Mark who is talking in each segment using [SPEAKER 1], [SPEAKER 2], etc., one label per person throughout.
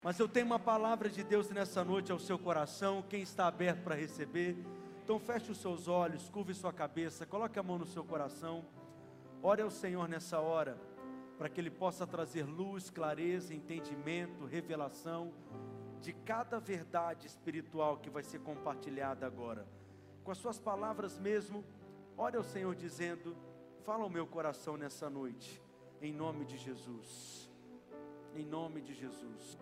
[SPEAKER 1] Mas eu tenho uma palavra de Deus nessa noite ao seu coração. Quem está aberto para receber? Então feche os seus olhos, curve sua cabeça, coloque a mão no seu coração. Ore ao Senhor nessa hora, para que Ele possa trazer luz, clareza, entendimento, revelação de cada verdade espiritual que vai ser compartilhada agora. Com as suas palavras mesmo, ore ao Senhor dizendo: fala ao meu coração nessa noite, em nome de Jesus. Em nome de Jesus.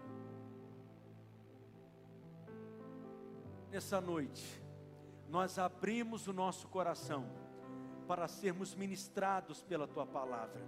[SPEAKER 1] Nessa noite, nós abrimos o nosso coração para sermos ministrados pela Tua palavra.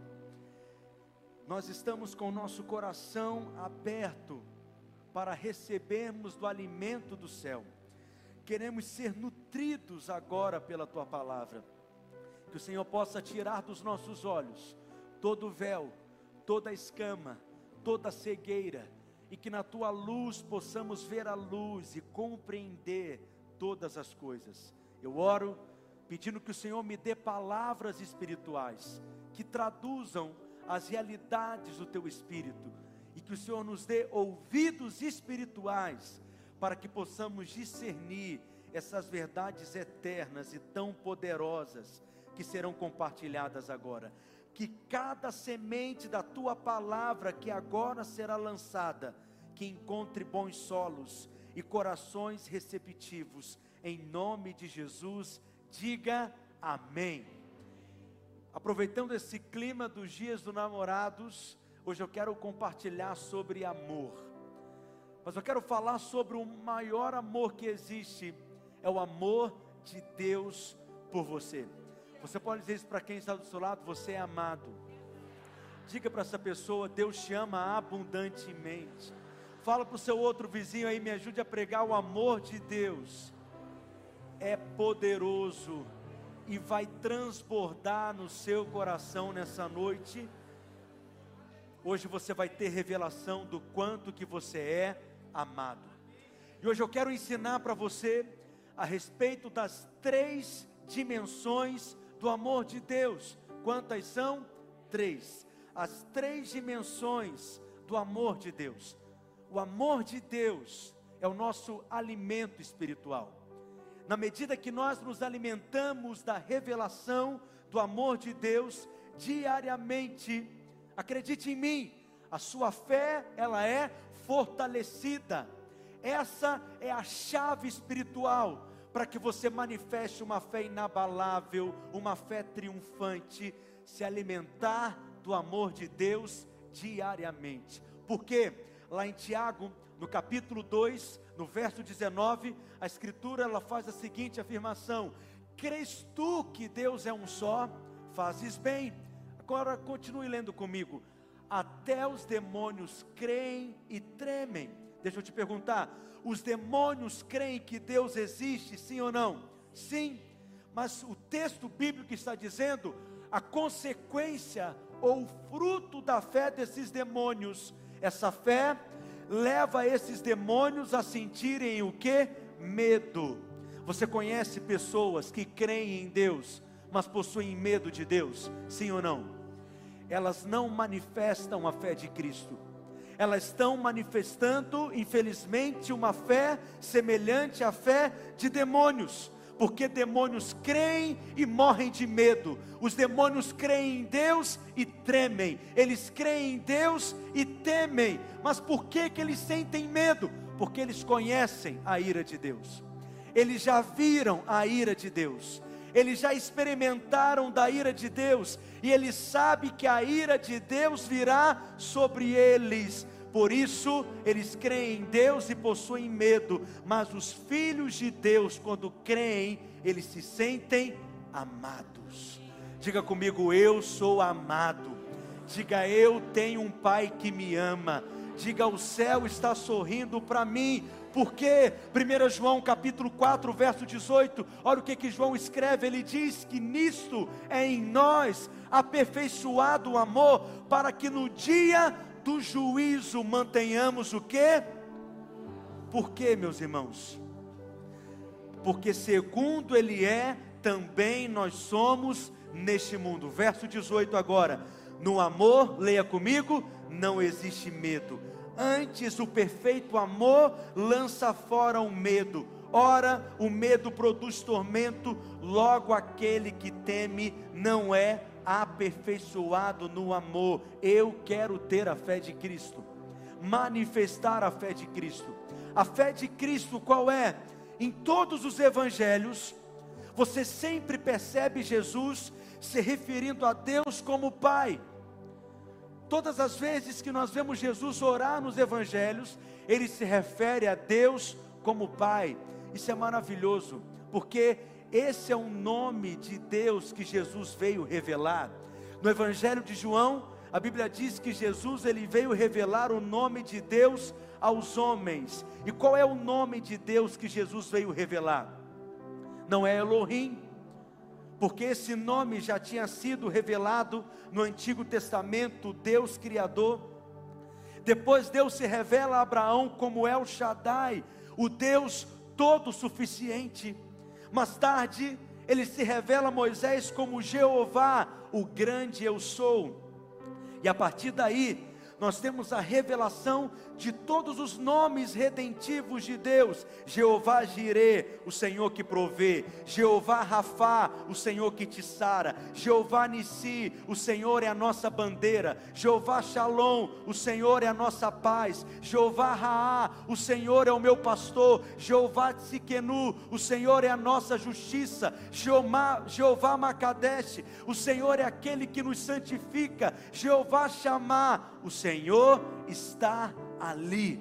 [SPEAKER 1] Nós estamos com o nosso coração aberto para recebermos do alimento do céu. Queremos ser nutridos agora pela Tua palavra. Que o Senhor possa tirar dos nossos olhos todo o véu, toda a escama, toda a cegueira, e que na Tua luz possamos ver a luz e compreender todas as coisas. Eu oro pedindo que o Senhor me dê palavras espirituais que traduzam as realidades do Teu Espírito, e que o Senhor nos dê ouvidos espirituais para que possamos discernir essas verdades eternas e tão poderosas que serão compartilhadas agora. Que cada semente da Tua palavra que agora será lançada, que encontre bons solos e corações receptivos, em nome de Jesus. Diga amém. Aproveitando esse clima dos dias dos namorados, hoje eu quero compartilhar sobre amor, mas eu quero falar sobre o maior amor que existe, é o amor de Deus por você. Você pode dizer isso para quem está do seu lado: você é amado. Diga para essa pessoa: Deus te ama abundantemente. Fala para o seu outro vizinho aí: me ajude a pregar o amor de Deus. É poderoso e vai transbordar no seu coração nessa noite. Hoje você vai ter revelação do quanto que você é amado. E hoje eu quero ensinar para você a respeito das 3 dimensões do amor de Deus. Quantas são? 3. As 3 dimensões do amor de Deus. O amor de Deus é o nosso alimento espiritual. Na medida que nós nos alimentamos da revelação do amor de Deus diariamente, acredite em mim, a sua fé, ela é fortalecida. Essa é a chave espiritual para que você manifeste uma fé inabalável, uma fé triunfante, se alimentar do amor de Deus diariamente. Porque lá em Tiago, no capítulo 2, no verso 19, a Escritura ela faz a seguinte afirmação: crês tu que Deus é um só? Fazes bem. Agora continue lendo comigo. Até os demônios creem e tremem. Deixa eu te perguntar, os demônios creem que Deus existe, sim ou não? Sim, mas o texto bíblico está dizendo a consequência ou fruto da fé desses demônios. Essa fé leva esses demônios a sentirem o que? Medo. Você conhece pessoas que creem em Deus, mas possuem medo de Deus, sim ou não? Elas não manifestam a fé de Cristo. Elas estão manifestando, infelizmente, uma fé semelhante à fé de demônios, porque demônios creem e morrem de medo. Os demônios creem em Deus e tremem. Eles creem em Deus e temem. Mas por que eles sentem medo? Porque eles conhecem a ira de Deus. Eles já viram a ira de Deus. Eles já experimentaram da ira de Deus, e eles sabem que a ira de Deus virá sobre eles. Por isso, eles creem em Deus e possuem medo. Mas os filhos de Deus, quando creem, eles se sentem amados. Diga comigo: eu sou amado. Diga: eu tenho um Pai que me ama. Diga: o céu está sorrindo para mim. Porque 1 João capítulo 4 verso 18, olha o que João escreve. Ele diz que nisto é em nós aperfeiçoado o amor, para que no dia do juízo mantenhamos o quê? Por quê, meus irmãos? Porque segundo Ele é, também nós somos neste mundo. Verso 18 agora: no amor, leia comigo, não existe medo. Antes o perfeito amor lança fora o medo. Ora, o medo produz tormento, logo aquele que teme não é aperfeiçoado no amor. Eu quero ter a fé de Cristo, manifestar a fé de Cristo. A fé de Cristo qual é? Em todos os evangelhos, você sempre percebe Jesus se referindo a Deus como Pai. Todas as vezes que nós vemos Jesus orar nos evangelhos, ele se refere a Deus como Pai. Isso é maravilhoso, porque esse é o nome de Deus que Jesus veio revelar. No Evangelho de João, a Bíblia diz que Jesus ele veio revelar o nome de Deus aos homens. E qual é o nome de Deus que Jesus veio revelar? Não é Elohim, porque esse nome já tinha sido revelado no Antigo Testamento, Deus Criador. Depois Deus se revela a Abraão como El Shaddai, o Deus todo suficiente. Mais tarde ele se revela a Moisés como Jeová, o grande eu sou. E a partir daí nós temos a revelação de todos os nomes redentivos de Deus. Jeová Jirê, o Senhor que provê. Jeová Rafá, o Senhor que te sara. Jeová Nissi, o Senhor é a nossa bandeira. Jeová Shalom, o Senhor é a nossa paz. Jeová Raá, o Senhor é o meu pastor. Jeová Tzikenu, o Senhor é a nossa justiça. Jeová Makadesh, o Senhor é aquele que nos santifica. Jeová Shammah, o Senhor está ali.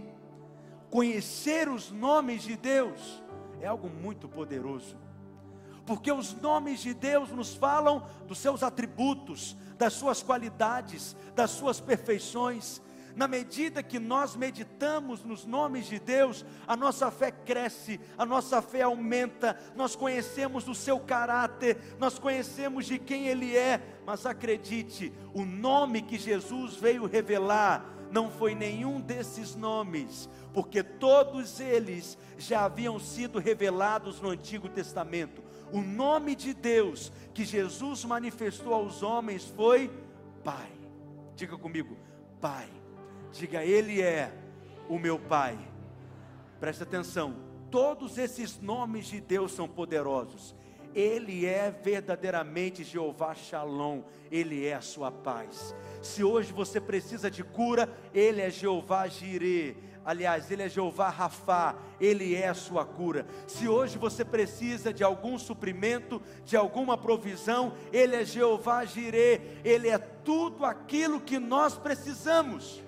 [SPEAKER 1] Conhecer os nomes de Deus é algo muito poderoso, porque os nomes de Deus nos falam dos seus atributos, das suas qualidades, das suas perfeições. Na medida que nós meditamos nos nomes de Deus, a nossa fé cresce, a nossa fé aumenta, nós conhecemos o seu caráter, nós conhecemos de quem Ele é. Mas acredite, o nome que Jesus veio revelar não foi nenhum desses nomes, porque todos eles já haviam sido revelados no Antigo Testamento. O nome de Deus que Jesus manifestou aos homens foi Pai. Diga comigo, Pai. Diga, Ele é o meu Pai. Preste atenção, todos esses nomes de Deus são poderosos. Ele é verdadeiramente Jeová Shalom, Ele é a sua paz. Se hoje você precisa de cura, Ele é Jeová Jirê. Aliás, Ele é Jeová Rafá, Ele é a sua cura. Se hoje você precisa de algum suprimento, de alguma provisão, Ele é Jeová Jirê. Ele é tudo aquilo que nós precisamos.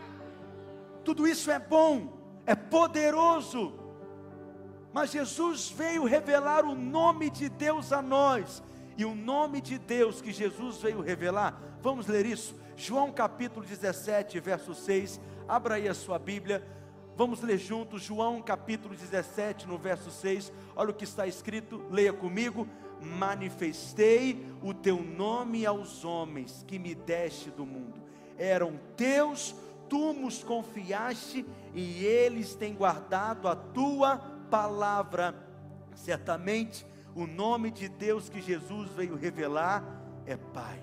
[SPEAKER 1] Tudo isso é bom, é poderoso, mas Jesus veio revelar o nome de Deus a nós. E o nome de Deus que Jesus veio revelar, vamos ler isso? João capítulo 17, verso 6, abra aí a sua Bíblia, vamos ler juntos, João capítulo 17, no verso 6, olha o que está escrito, leia comigo: manifestei o teu nome aos homens que me deste do mundo, eram teus, tu nos confiaste e eles têm guardado a tua palavra. Certamente o nome de Deus que Jesus veio revelar é Pai.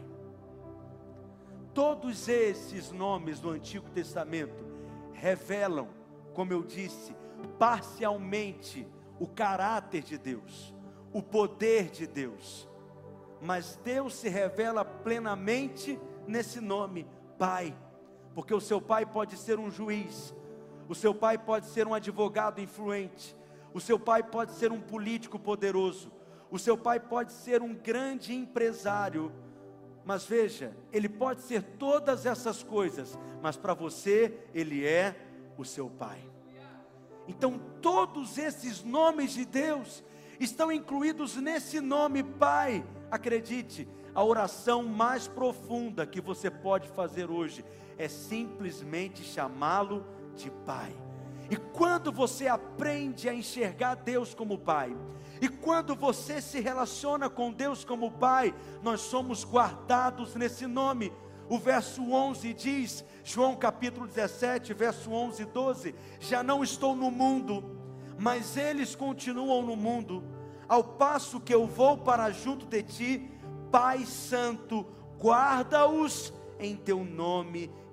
[SPEAKER 1] Todos esses nomes do Antigo Testamento revelam, como eu disse, parcialmente o caráter de Deus, o poder de Deus, mas Deus se revela plenamente nesse nome, Pai. Porque o seu pai pode ser um juiz, o seu pai pode ser um advogado influente, o seu pai pode ser um político poderoso, o seu pai pode ser um grande empresário, mas veja, ele pode ser todas essas coisas, mas para você, ele é o seu pai. Então todos esses nomes de Deus estão incluídos nesse nome Pai. Acredite, a oração mais profunda que você pode fazer hoje é simplesmente chamá-lo de Pai. E quando você aprende a enxergar Deus como Pai, e quando você se relaciona com Deus como Pai, nós somos guardados nesse nome. O verso 11 diz, João capítulo 17, verso 11 e 12, já não estou no mundo, mas eles continuam no mundo, ao passo que eu vou para junto de ti. Pai Santo, guarda-os em teu nome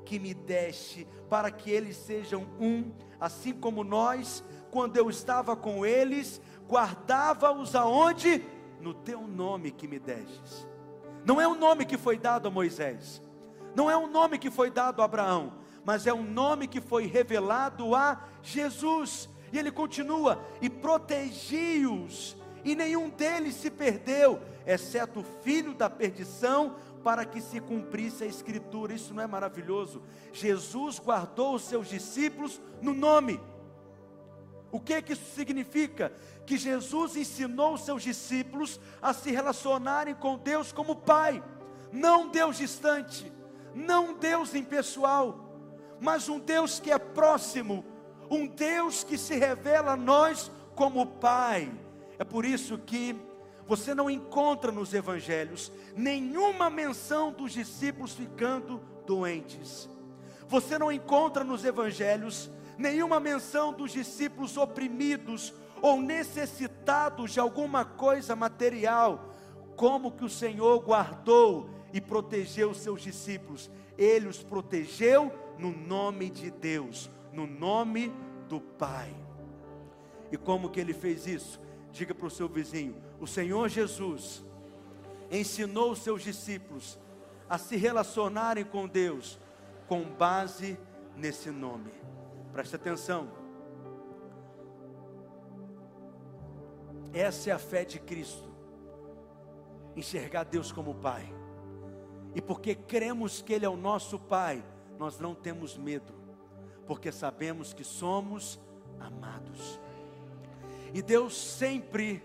[SPEAKER 1] que me deste, para que eles sejam um, assim como nós, quando eu estava com eles, guardava-os aonde? No teu nome que me destes. Não é um nome que foi dado a Moisés, não é um nome que foi dado a Abraão, mas é um nome que foi revelado a Jesus. E ele continua: e protegi-os, e nenhum deles se perdeu, exceto o filho da perdição, para que se cumprisse a escritura. Isso não é maravilhoso? Jesus guardou os seus discípulos no nome. O que isso significa? Que Jesus ensinou os seus discípulos a se relacionarem com Deus como Pai, não Deus distante, não Deus impessoal, mas um Deus que é próximo, um Deus que se revela a nós como Pai. É por isso que você não encontra nos evangelhos nenhuma menção dos discípulos ficando doentes. Você não encontra nos evangelhos nenhuma menção dos discípulos oprimidos ou necessitados de alguma coisa material. Como que o Senhor guardou e protegeu os seus discípulos? Ele os protegeu no nome de Deus, no nome do Pai. E como que ele fez isso? Diga para o seu vizinho: o Senhor Jesus ensinou os seus discípulos a se relacionarem com Deus com base nesse nome. Preste atenção. Essa é a fé de Cristo, enxergar Deus como Pai. E porque cremos que Ele é o nosso Pai, nós não temos medo, porque sabemos que somos amados. E Deus sempre,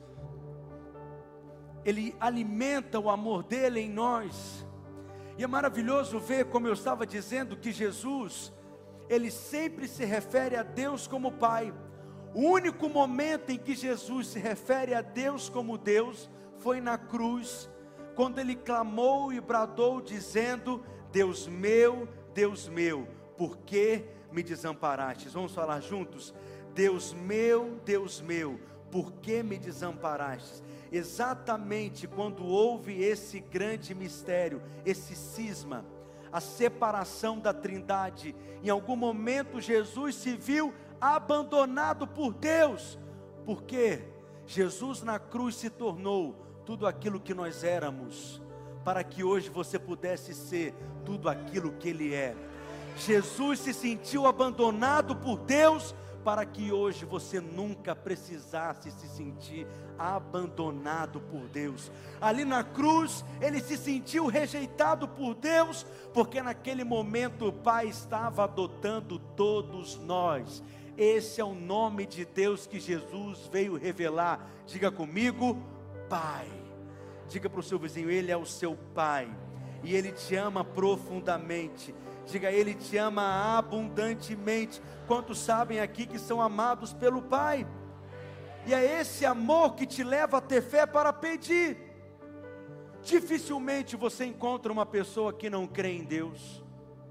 [SPEAKER 1] Ele alimenta o amor dEle em nós. E é maravilhoso ver, como eu estava dizendo, que Jesus, Ele sempre se refere a Deus como Pai. O único momento em que Jesus se refere a Deus como Deus foi na cruz, quando Ele clamou e bradou dizendo: Deus meu, por que me desamparastes? Vamos falar juntos? Deus meu, por que me desamparastes? Exatamente quando houve esse grande mistério, esse cisma, a separação da Trindade, em algum momento Jesus se viu abandonado por Deus, porque Jesus na cruz se tornou tudo aquilo que nós éramos, para que hoje você pudesse ser tudo aquilo que Ele é. Jesus se sentiu abandonado por Deus, para que hoje você nunca precisasse se sentir abandonado por Deus. Ali na cruz, Ele se sentiu rejeitado por Deus, porque naquele momento o Pai estava adotando todos nós. Esse é o nome de Deus que Jesus veio revelar. Diga comigo: Pai. Diga para o seu vizinho: Ele é o seu Pai, e Ele te ama profundamente. Diga: Ele te ama abundantemente. Quantos sabem aqui que são amados pelo Pai? E é esse amor que te leva a ter fé para pedir. Dificilmente você encontra uma pessoa que não crê em Deus.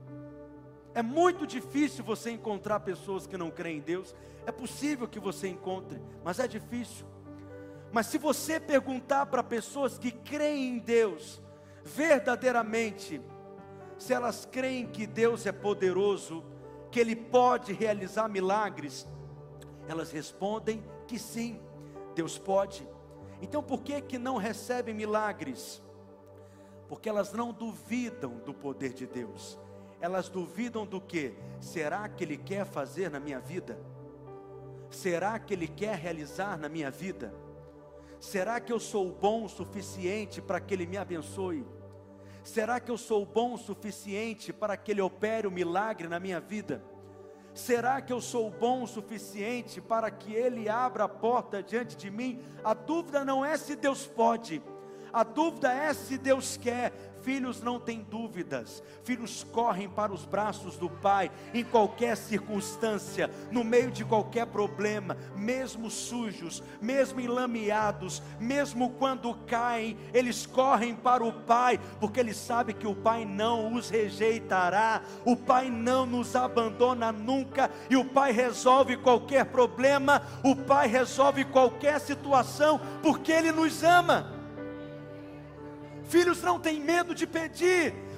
[SPEAKER 1] É muito difícil você encontrar pessoas que não creem em Deus. É possível que você encontre, mas é difícil. Mas se você perguntar para pessoas que creem em Deus verdadeiramente, se elas creem que Deus é poderoso, que Ele pode realizar milagres, elas respondem que sim, Deus pode. Então por que não recebem milagres? Porque elas não duvidam do poder de Deus. Elas duvidam do quê? Será que Ele quer fazer na minha vida? Será que Ele quer realizar na minha vida? Será que eu sou bom o suficiente para que Ele me abençoe? Será que eu sou bom o suficiente para que Ele opere o milagre na minha vida? Será que eu sou bom o suficiente para que Ele abra a porta diante de mim? A dúvida não é se Deus pode, a dúvida é se Deus quer. Filhos não têm dúvidas, filhos correm para os braços do Pai, em qualquer circunstância, no meio de qualquer problema, mesmo sujos, mesmo enlameados, mesmo quando caem, eles correm para o Pai, porque eles sabem que o Pai não os rejeitará, o Pai não nos abandona nunca, e o Pai resolve qualquer problema, o Pai resolve qualquer situação, porque Ele nos ama. Filhos não têm medo de pedir,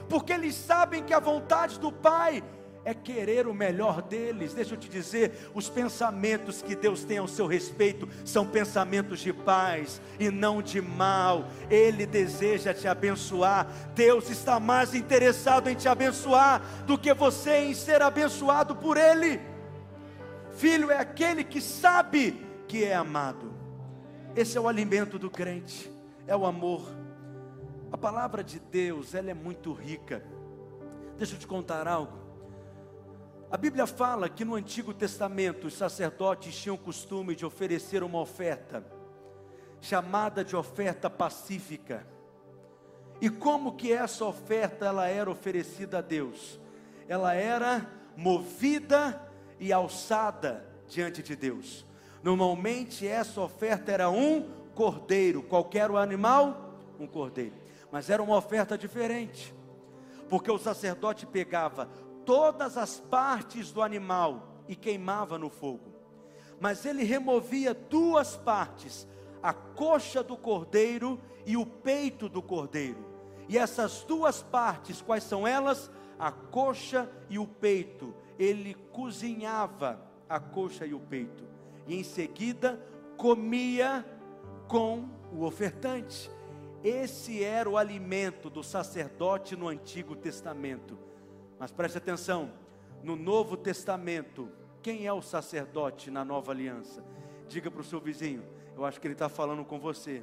[SPEAKER 1] porque eles sabem que a vontade do Pai é querer o melhor deles. Deixa eu te dizer, os pensamentos que Deus tem ao seu respeito são pensamentos de paz e não de mal. Ele deseja te abençoar. Deus está mais interessado em te abençoar do que você em ser abençoado por Ele. Filho é aquele que sabe que é amado. Esse é o alimento do crente, é o amor. A palavra de Deus, ela é muito rica. Deixa eu te contar algo. A Bíblia fala que no Antigo Testamento os sacerdotes tinham o costume de oferecer uma oferta, chamada de oferta pacífica. E como que essa oferta ela era oferecida a Deus? Ela era movida e alçada diante de Deus. Normalmente essa oferta era um cordeiro, qualquer animal, um cordeiro. Mas era uma oferta diferente, porque o sacerdote pegava todas as partes do animal e queimava no fogo. Mas ele removia duas partes, a coxa do cordeiro e o peito do cordeiro. E essas duas partes, quais são elas? A coxa e o peito. Ele cozinhava a coxa e o peito, e em seguida comia com o ofertante. Esse era o alimento do sacerdote no Antigo Testamento. Mas preste atenção, no Novo Testamento, quem é o sacerdote na Nova Aliança? Diga para o seu vizinho, eu acho que ele está falando com você.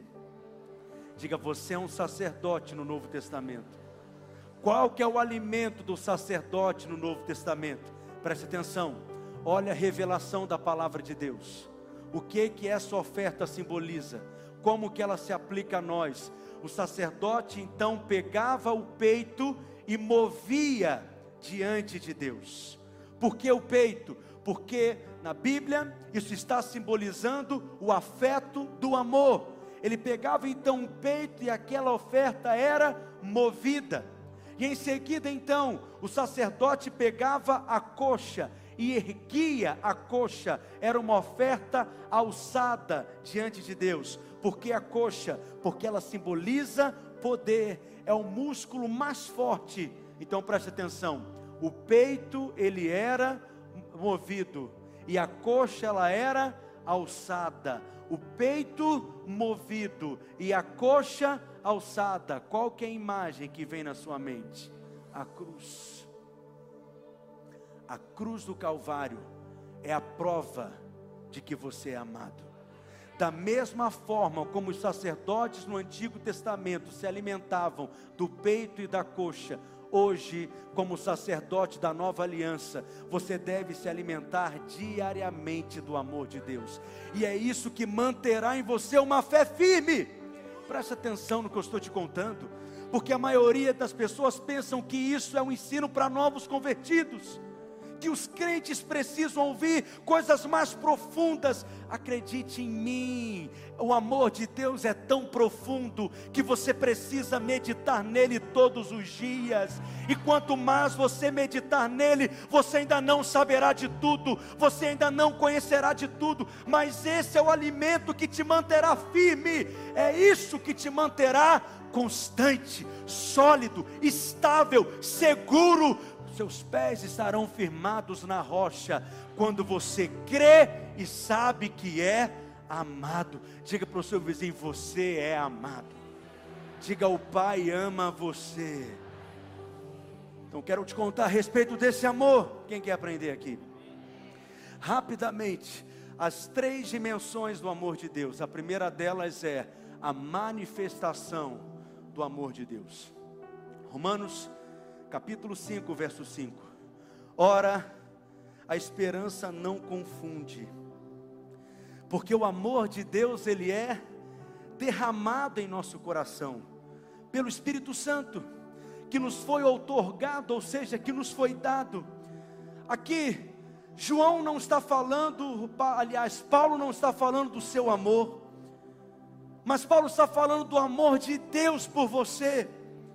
[SPEAKER 1] Diga, você é um sacerdote no Novo Testamento. Qual que é o alimento do sacerdote no Novo Testamento? Preste atenção, olha a revelação da palavra de Deus. O que essa oferta simboliza? Como que ela se aplica a nós? O sacerdote então pegava o peito e movia diante de Deus. Por que o peito? Porque na Bíblia isso está simbolizando o afeto do amor. Ele pegava então o peito e aquela oferta era movida. E em seguida então o sacerdote pegava a coxa e erguia a coxa. Era uma oferta alçada diante de Deus. Por que a coxa? Porque ela simboliza poder, é o músculo mais forte. Então preste atenção, o peito ele era movido e a coxa ela era alçada. O peito movido e a coxa alçada. Qual que é a imagem que vem na sua mente? A cruz. A cruz do Calvário é a prova de que você é amado. Da mesma forma como os sacerdotes no Antigo Testamento se alimentavam do peito e da coxa, hoje, como sacerdote da Nova Aliança, você deve se alimentar diariamente do amor de Deus. E é isso que manterá em você uma fé firme. Preste atenção no que eu estou te contando, porque a maioria das pessoas pensam que isso é um ensino para novos convertidos, que os crentes precisam ouvir coisas mais profundas. Acredite em mim, o amor de Deus é tão profundo que você precisa meditar nele todos os dias. E quanto mais você meditar nele, você ainda não saberá de tudo, você ainda não conhecerá de tudo, mas esse é o alimento que te manterá firme, é isso que te manterá constante, sólido, estável, seguro. Seus pés estarão firmados na rocha, quando você crê e sabe que é amado. Diga para o seu vizinho, você é amado. Diga, o Pai ama você. Então quero te contar a respeito desse amor. Quem quer aprender aqui? Rapidamente, as 3 dimensões do amor de Deus. A primeira delas é a manifestação do amor de Deus. Romanos capítulo 5, verso 5. Ora, a esperança não confunde, porque o amor de Deus, ele é derramado em nosso coração, pelo Espírito Santo, que nos foi outorgado, ou seja, que nos foi dado. Aqui, João não está falando, aliás, Paulo não está falando do seu amor, mas Paulo está falando do amor de Deus por você.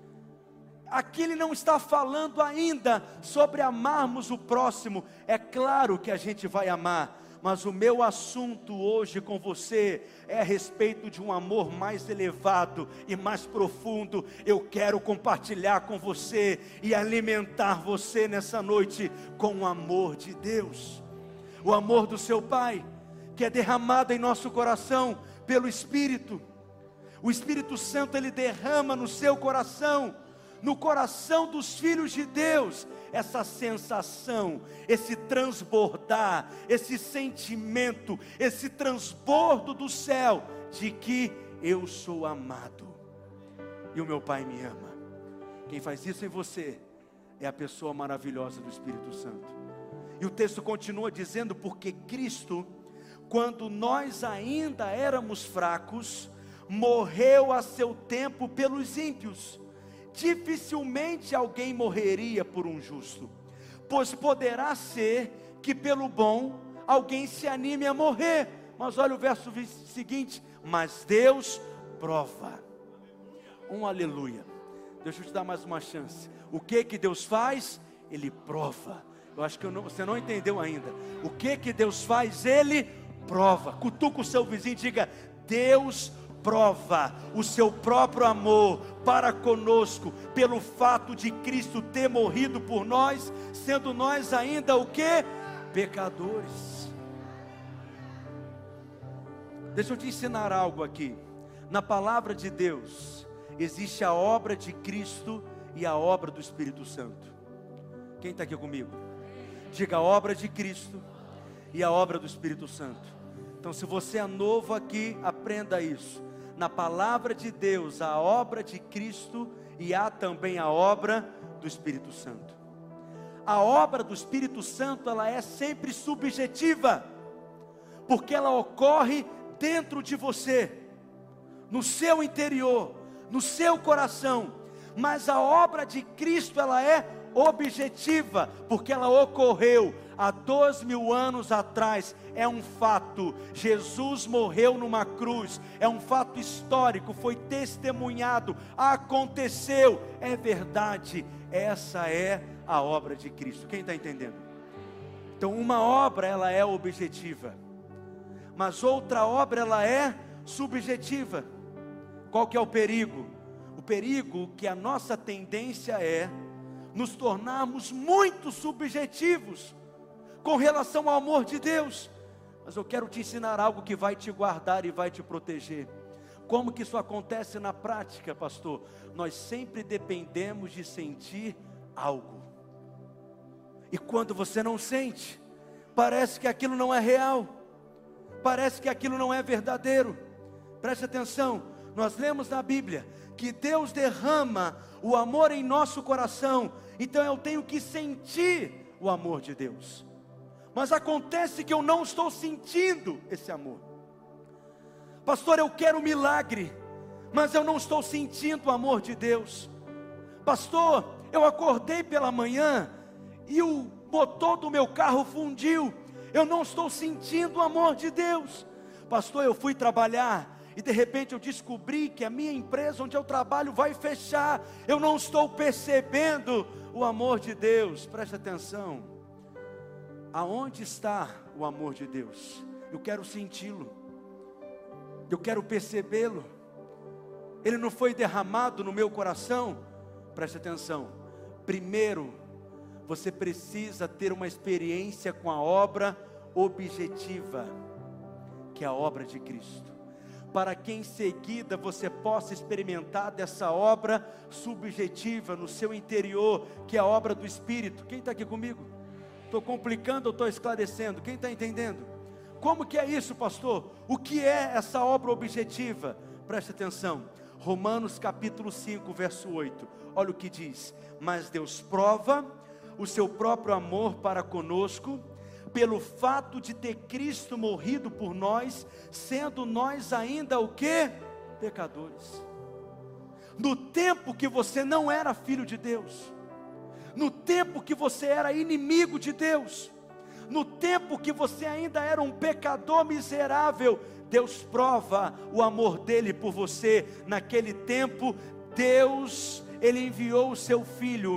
[SPEAKER 1] Aqui ele não está falando ainda sobre amarmos o próximo. É claro que a gente vai amar, mas o meu assunto hoje com você é a respeito de um amor mais elevado e mais profundo. Eu quero compartilhar com você e alimentar você nessa noite com o amor de Deus, o amor do seu Pai, que é derramado em nosso coração pelo Espírito. O Espírito Santo, Ele derrama no seu coração, no coração dos filhos de Deus, essa sensação, esse transbordar, esse sentimento, esse transbordo do céu, de que eu sou amado, e o meu Pai me ama. Quem faz isso em você, é a pessoa maravilhosa do Espírito Santo. E o texto continua dizendo, porque Cristo, quando nós ainda éramos fracos, morreu a seu tempo pelos ímpios. Dificilmente alguém morreria por um justo, pois poderá ser que pelo bom alguém se anime a morrer. Mas olha o verso seguinte, mas Deus prova. Aleluia. Deixa eu te dar mais uma chance. O que Deus faz? Ele prova. Eu acho que você não entendeu ainda. O que Deus faz? Ele prova. Cutuca o seu vizinho e diga, Deus prova o seu próprio amor para conosco, pelo fato de Cristo ter morrido por nós, sendo nós ainda o que? Pecadores. Deixa eu te ensinar algo aqui. Na palavra de Deus, existe a obra de Cristo e a obra do Espírito Santo. Quem está aqui comigo? Diga, a obra de Cristo e a obra do Espírito Santo. Então, se você é novo aqui, aprenda isso. Na palavra de Deus, a obra de Cristo e há também a obra do Espírito Santo. A obra do Espírito Santo, ela é sempre subjetiva, porque ela ocorre dentro de você, no seu interior, no seu coração. Mas a obra de Cristo, ela é objetiva, porque ela ocorreu há 2000 anos atrás. É um fato, Jesus morreu numa cruz, é um fato histórico, foi testemunhado, aconteceu, é verdade. Essa é a obra de Cristo. Quem está entendendo? Então, uma obra, ela é objetiva, mas outra obra, ela é subjetiva. Qual que é o perigo? O perigo que a nossa tendência é nos tornarmos muito subjetivos com relação ao amor de Deus. Mas eu quero te ensinar algo que vai te guardar e vai te proteger. Como que isso acontece na prática, pastor? Nós sempre dependemos de sentir algo. E quando você não sente, parece que aquilo não é real, parece que aquilo não é verdadeiro. Preste atenção, nós lemos na Bíblia que Deus derrama o amor em nosso coração. Então eu tenho que sentir o amor de Deus. Mas acontece que eu não estou sentindo esse amor. Pastor, eu quero um milagre, mas eu não estou sentindo o amor de Deus. Pastor, eu acordei pela manhã e o motor do meu carro fundiu. Eu não estou sentindo o amor de Deus. Pastor, eu fui trabalhar e de repente eu descobri que a minha empresa onde eu trabalho vai fechar. Eu não estou percebendo o amor de Deus. Preste atenção. Aonde está o amor de Deus? Eu quero senti-lo, eu quero percebê-lo. Ele não foi derramado no meu coração? Preste atenção. Primeiro, você precisa ter uma experiência com a obra objetiva, que é a obra de Cristo, para que em seguida você possa experimentar dessa obra subjetiva no seu interior, que é a obra do Espírito. Quem está aqui comigo? Estou complicando ou estou esclarecendo? Quem está entendendo? Como que é isso, pastor? O que é essa obra objetiva? Preste atenção, Romanos capítulo 5, verso 8, olha o que diz: mas Deus prova o seu próprio amor para conosco, pelo fato de ter Cristo morrido por nós, sendo nós ainda o que? Pecadores. No tempo que você não era filho de Deus, no tempo que você era inimigo de Deus, no tempo que você ainda era um pecador miserável, Deus prova o amor dele por você. Naquele tempo, Deus, ele enviou o seu filho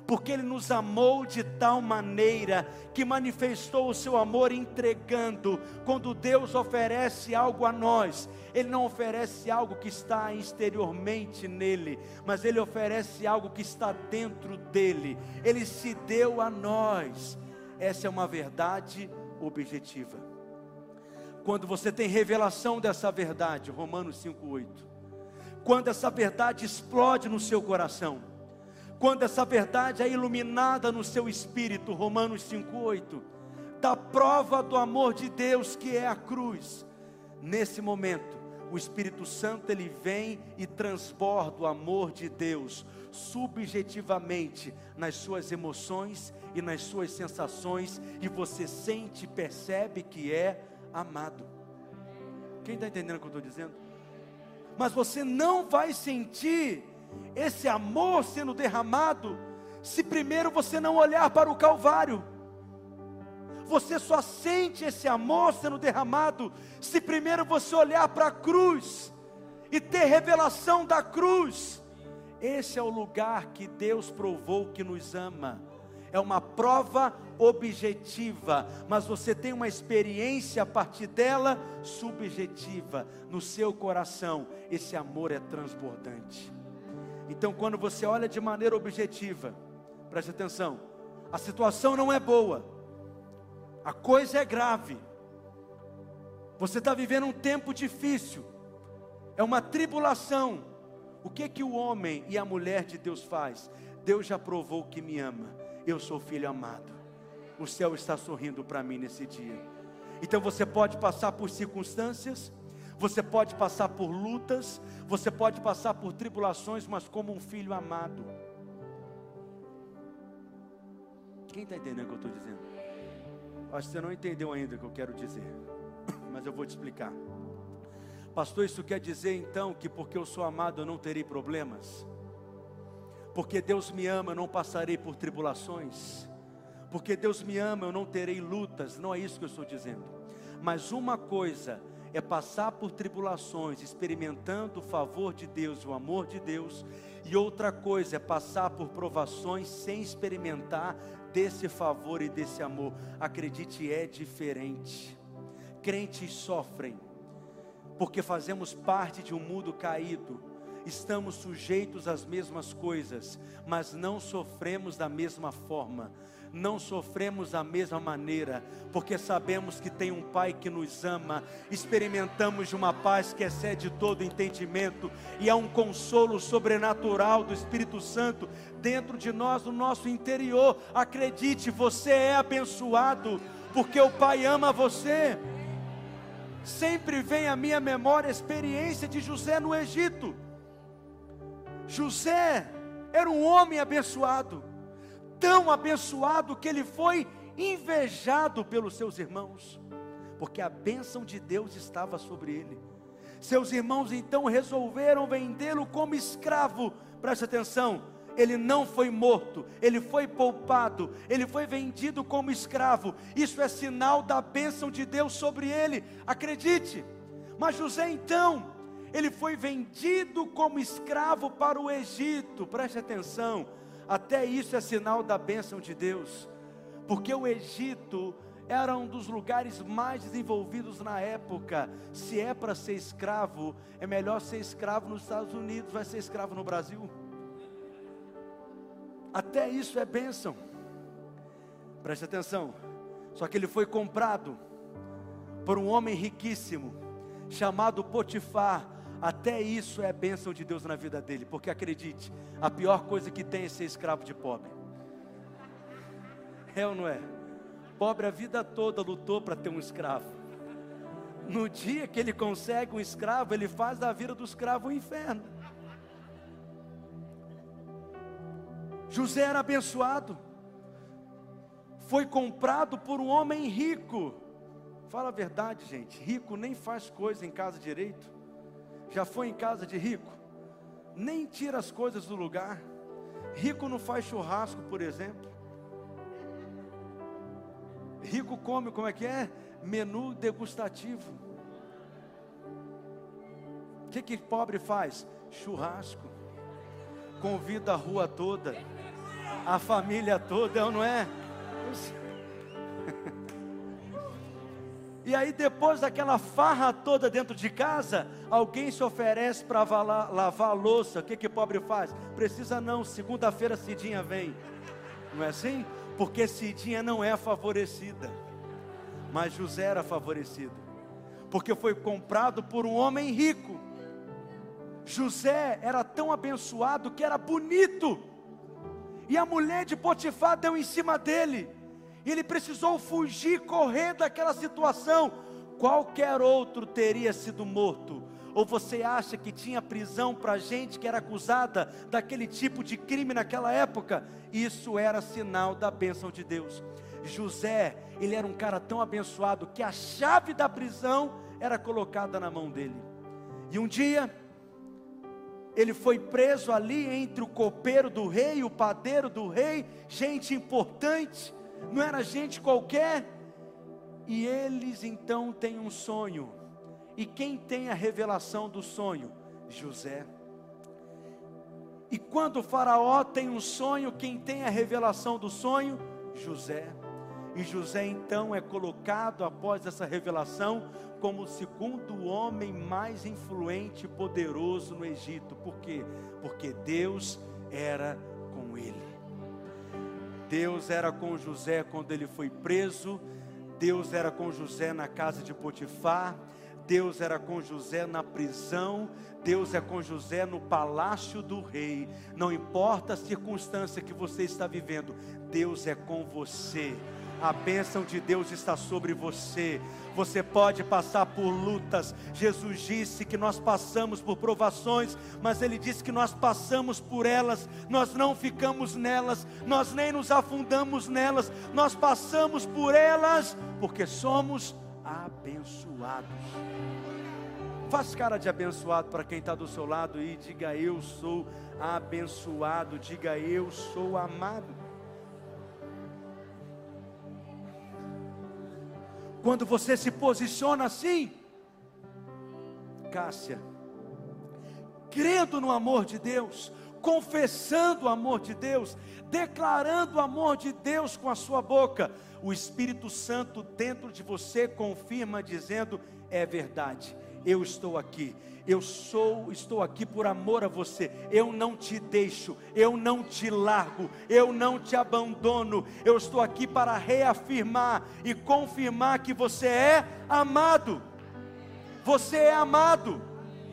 [SPEAKER 1] porque Ele nos amou de tal maneira, que manifestou o seu amor entregando. Quando Deus oferece algo a nós, Ele não oferece algo que está exteriormente nele, mas Ele oferece algo que está dentro dele. Ele se deu a nós. Essa é uma verdade objetiva. Quando você tem revelação dessa verdade, Romanos 5:8, quando essa verdade explode no seu coração, quando essa verdade é iluminada no seu espírito, Romanos 5:8, da prova do amor de Deus, que é a cruz, nesse momento, o Espírito Santo ele vem e transborda o amor de Deus, subjetivamente, nas suas emoções e nas suas sensações, e você sente e percebe que é amado. Quem está entendendo o que eu estou dizendo? Mas você não vai sentir esse amor sendo derramado, se primeiro você não olhar para o Calvário. Você só sente esse amor sendo derramado, se primeiro você olhar para a cruz, e ter revelação da cruz. Esse é o lugar que Deus provou que nos ama. É uma prova objetiva, mas você tem uma experiência a partir dela, subjetiva, no seu coração. Esse amor é transbordante. Então, quando você olha de maneira objetiva, preste atenção, a situação não é boa, a coisa é grave, você está vivendo um tempo difícil, é uma tribulação. O que o homem e a mulher de Deus faz? Deus já provou que me ama, eu sou filho amado, o céu está sorrindo para mim nesse dia. Então você pode passar por circunstâncias, você pode passar por lutas, você pode passar por tribulações, mas como um filho amado. Quem está entendendo o que eu estou dizendo? Acho que você não entendeu ainda o que eu quero dizer, mas eu vou te explicar. Pastor, isso quer dizer então que porque eu sou amado eu não terei problemas? Porque Deus me ama eu não passarei por tribulações? Porque Deus me ama eu não terei lutas? Não é isso que eu estou dizendo. Mas uma coisa é passar por tribulações, experimentando o favor de Deus, o amor de Deus, e outra coisa é passar por provações sem experimentar desse favor e desse amor. Acredite, é diferente. Crentes sofrem, porque fazemos parte de um mundo caído, estamos sujeitos às mesmas coisas, mas não sofremos da mesma forma, não sofremos da mesma maneira, porque sabemos que tem um Pai que nos ama, experimentamos de uma paz que excede todo entendimento, e há um consolo sobrenatural do Espírito Santo dentro de nós, no nosso interior. Acredite, você é abençoado, porque o Pai ama você. Sempre vem à minha memória a experiência de José no Egito. José era um homem abençoado, tão abençoado que ele foi invejado pelos seus irmãos, porque a bênção de Deus estava sobre ele. Seus irmãos então resolveram vendê-lo como escravo. Preste atenção, ele não foi morto, ele foi poupado, ele foi vendido como escravo. Isso é sinal da bênção de Deus sobre ele, acredite. Mas José então, ele foi vendido como escravo para o Egito. Preste atenção, até isso é sinal da bênção de Deus, porque o Egito era um dos lugares mais desenvolvidos na época. Se é para ser escravo, é melhor ser escravo nos Estados Unidos, vai ser escravo no Brasil. Até isso é bênção. Preste atenção, só que ele foi comprado por um homem riquíssimo, chamado Potifar. Até isso é bênção de Deus na vida dele, porque acredite, a pior coisa que tem é ser escravo de pobre. É ou não é? Pobre a vida toda lutou para ter um escravo. No dia que ele consegue um escravo, ele faz da vida do escravo um inferno. José era abençoado, foi comprado por um homem rico. Fala a verdade, gente, rico nem faz coisa em casa direito. Já foi em casa de rico? Nem tira as coisas do lugar. Rico não faz churrasco, por exemplo. Rico come, como é que é? Menu degustativo. O que pobre faz? Churrasco. Convida a rua toda. A família toda, não é? E aí depois daquela farra toda dentro de casa, alguém se oferece para lavar a louça. O que pobre faz? Precisa não, segunda-feira Cidinha vem. Não é assim? Porque Cidinha não é favorecida, mas José era favorecido, porque foi comprado por um homem rico. José era tão abençoado que era bonito, e a mulher de Potifar deu em cima dele, e ele precisou fugir, correr daquela situação. Qualquer outro teria sido morto. Ou você acha que tinha prisão para gente que era acusada daquele tipo de crime naquela época? Isso era sinal da bênção de Deus. José, ele era um cara tão abençoado que a chave da prisão era colocada na mão dele. E um dia ele foi preso ali entre o copeiro do rei e o padeiro do rei, gente importante, não era gente qualquer. E eles então têm um sonho. E quem tem a revelação do sonho? José. E quando o faraó tem um sonho, quem tem a revelação do sonho? José. E José então é colocado após essa revelação como o segundo homem mais influente e poderoso no Egito. Por quê? Porque Deus era com ele. Deus era com José quando ele foi preso. Deus era com José na casa de Potifar. Deus era com José na prisão. Deus é com José no palácio do rei. Não importa a circunstância que você está vivendo, Deus é com você. A bênção de Deus está sobre você. Você pode passar por lutas. Jesus disse que nós passamos por provações, mas Ele disse que nós passamos por elas. Nós não ficamos nelas, nós nem nos afundamos nelas. Nós passamos por elas porque somos abençoados. Faz cara de abençoado para quem está do seu lado e diga: eu sou abençoado. Diga: eu sou amado. Quando você se posiciona assim, Cássia, crendo no amor de Deus, confessando o amor de Deus, declarando o amor de Deus com a sua boca, o Espírito Santo dentro de você confirma dizendo: é verdade, eu estou aqui. Estou aqui por amor a você. Eu não te deixo, eu não te largo, eu não te abandono. Eu estou aqui para reafirmar e confirmar que você é amado. Você é amado.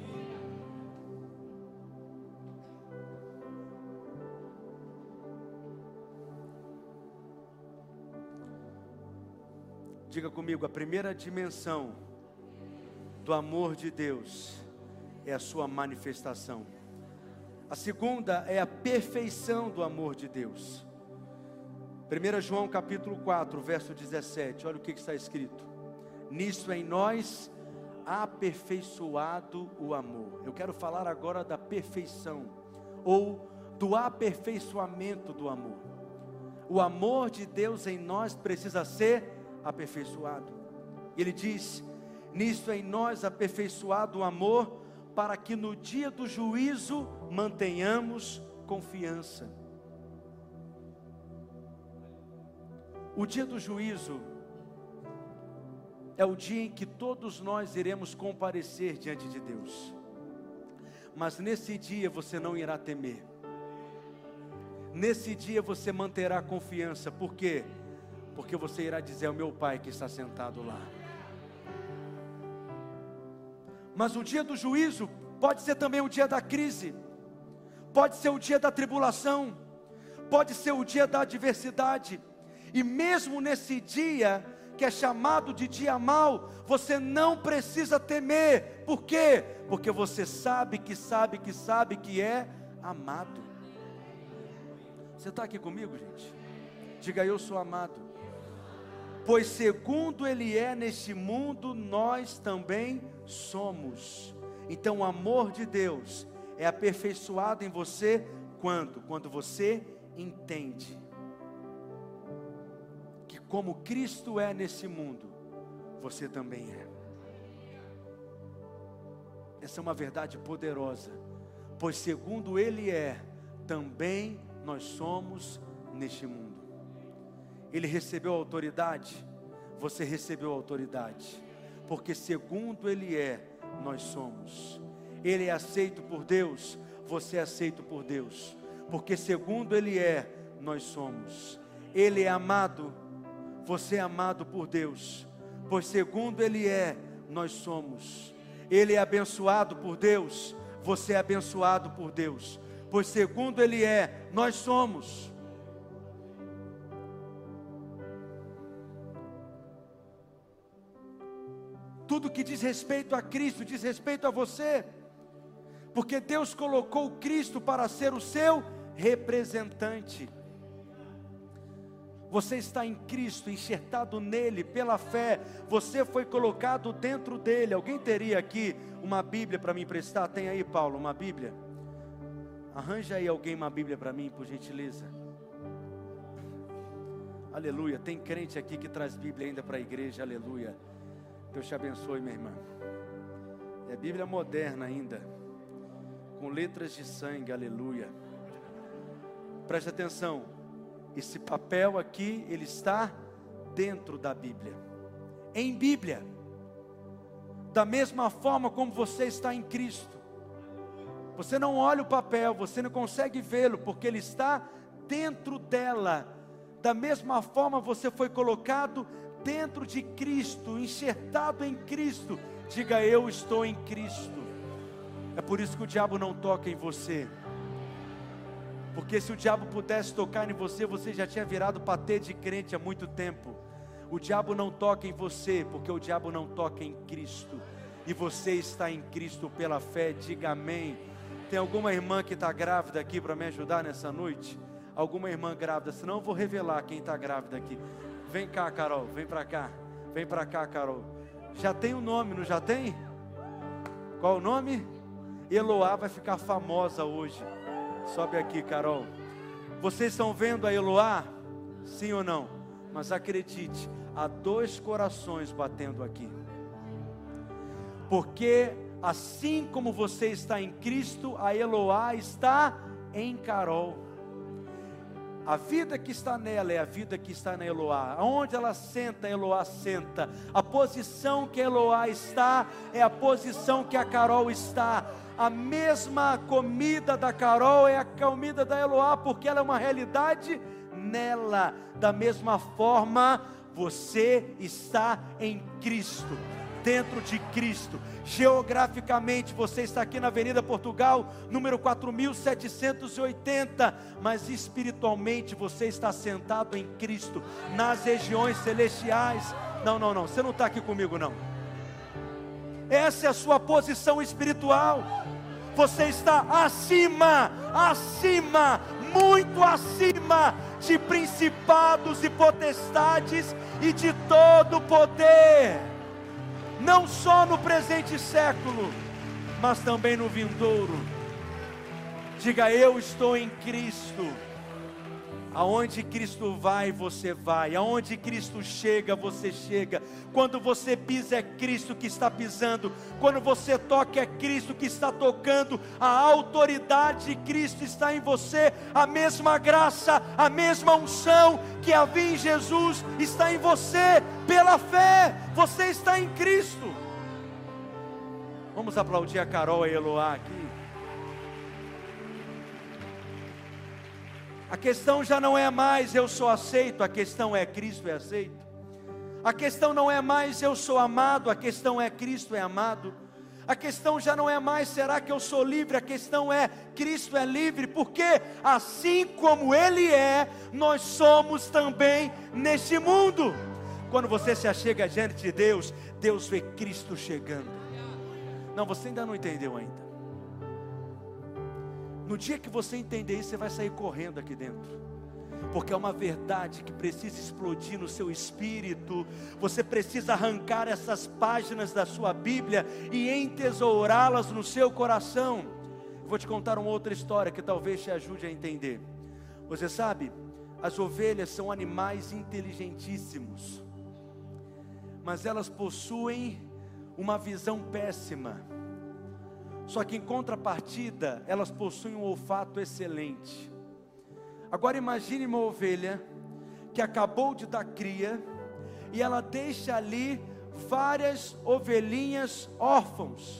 [SPEAKER 1] Diga comigo: a primeira dimensão do amor de Deus é a sua manifestação. A segunda é a perfeição do amor de Deus. 1 João capítulo 4, verso 17, olha o que está escrito: nisso em nós aperfeiçoado o amor. Eu quero falar agora da perfeição, ou do aperfeiçoamento do amor. O amor de Deus em nós precisa ser aperfeiçoado. Ele diz: nisso em nós aperfeiçoado o amor, para que no dia do juízo mantenhamos confiança. O dia do juízo é o dia em que todos nós iremos comparecer diante de Deus. Mas nesse dia você não irá temer. Nesse dia você manterá confiança. Por quê? Porque você irá dizer ao meu Pai que está sentado lá. Mas o dia do juízo pode ser também o dia da crise, pode ser o dia da tribulação, pode ser o dia da adversidade. E mesmo nesse dia, que é chamado de dia mau, você não precisa temer. Por quê? Porque você sabe que é amado. Você está aqui comigo, gente? Diga: eu sou amado. Pois segundo Ele é neste mundo, nós também somos. Então o amor de Deus é aperfeiçoado em você quando você entende que como Cristo é nesse mundo, você também é. Essa é uma verdade poderosa. Pois segundo Ele é, também nós somos neste mundo. Ele recebeu autoridade, você recebeu autoridade, porque segundo Ele é, nós somos. Ele é aceito por Deus, você é aceito por Deus, porque segundo Ele é, nós somos. Ele é amado, você é amado por Deus, pois segundo Ele é, nós somos. Ele é abençoado por Deus, você é abençoado por Deus, pois segundo Ele é, nós somos. Tudo que diz respeito a Cristo, diz respeito a você, porque Deus colocou Cristo para ser o seu representante. Você está em Cristo, enxertado nele pela fé, você foi colocado dentro dele. Alguém teria aqui uma Bíblia para me emprestar? Tem aí, Paulo, uma Bíblia? Arranja aí alguém uma Bíblia para mim, por gentileza. Aleluia, tem crente aqui que traz Bíblia ainda para a igreja, aleluia. Deus te abençoe, minha irmã. É Bíblia moderna ainda, com letras de sangue, aleluia. Preste atenção, esse papel aqui, ele está dentro da Bíblia, em Bíblia, da mesma forma como você está em Cristo. Você não olha o papel, você não consegue vê-lo, porque ele está dentro dela. Da mesma forma você foi colocado dentro de Cristo, enxertado em Cristo. Diga: eu estou em Cristo. É por isso que o diabo não toca em você, porque se o diabo pudesse tocar em você, você já tinha virado patê de crente há muito tempo. O diabo não toca em você, porque o diabo não toca em Cristo, e você está em Cristo pela fé. Diga amém. Tem alguma irmã que está grávida aqui para me ajudar nessa noite? Alguma irmã grávida? Senão eu vou revelar quem está grávida aqui. Vem cá, Carol, vem para cá. Vem para cá, Carol. Já tem o nome, não já tem? Qual o nome? Eloá vai ficar famosa hoje. Sobe aqui, Carol. Vocês estão vendo a Eloá? Sim ou não? Mas acredite, há 2 corações batendo aqui. Porque assim como você está em Cristo, a Eloá está em Carol. A vida que está nela é a vida que está na Eloá. Aonde ela senta, a Eloá senta. A posição que a Eloá está é a posição que a Carol está. A mesma comida da Carol é a comida da Eloá, porque ela é uma realidade nela. Da mesma forma, você está em Cristo, dentro de Cristo. Geograficamente você está aqui na Avenida Portugal, número 4780, mas espiritualmente você está sentado em Cristo, nas regiões celestiais. Não, você não está aqui comigo não. Essa é a sua posição espiritual. Você está acima, muito acima de principados e potestades e de todo poder, não só no presente século, mas também no vindouro. Diga: eu estou em Cristo. Aonde Cristo vai, você vai. Aonde Cristo chega, você chega. Quando você pisa, é Cristo que está pisando. Quando você toca, é Cristo que está tocando. A autoridade de Cristo está em você. A mesma graça, a mesma unção que havia em Jesus está em você. Pela fé, você está em Cristo. Vamos aplaudir a Carol e a Eloá aqui. A questão já não é mais eu sou aceito, a questão é Cristo é aceito. A questão não é mais eu sou amado, a questão é Cristo é amado. A questão já não é mais será que eu sou livre, a questão é Cristo é livre, porque assim como Ele é, nós somos também neste mundo. Quando você se achega diante de Deus, Deus vê Cristo chegando. Não, você ainda não entendeu ainda. No dia que você entender isso, você vai sair correndo aqui dentro, porque é uma verdade que precisa explodir no seu espírito. Você precisa arrancar essas páginas da sua Bíblia e entesourá-las no seu coração. Eu vou te contar uma outra história que talvez te ajude a entender. Você sabe, as ovelhas são animais inteligentíssimos, mas elas possuem uma visão péssima. Só que em contrapartida, elas possuem um olfato excelente. Agora imagine uma ovelha que acabou de dar cria, e ela deixa ali várias ovelhinhas órfãos.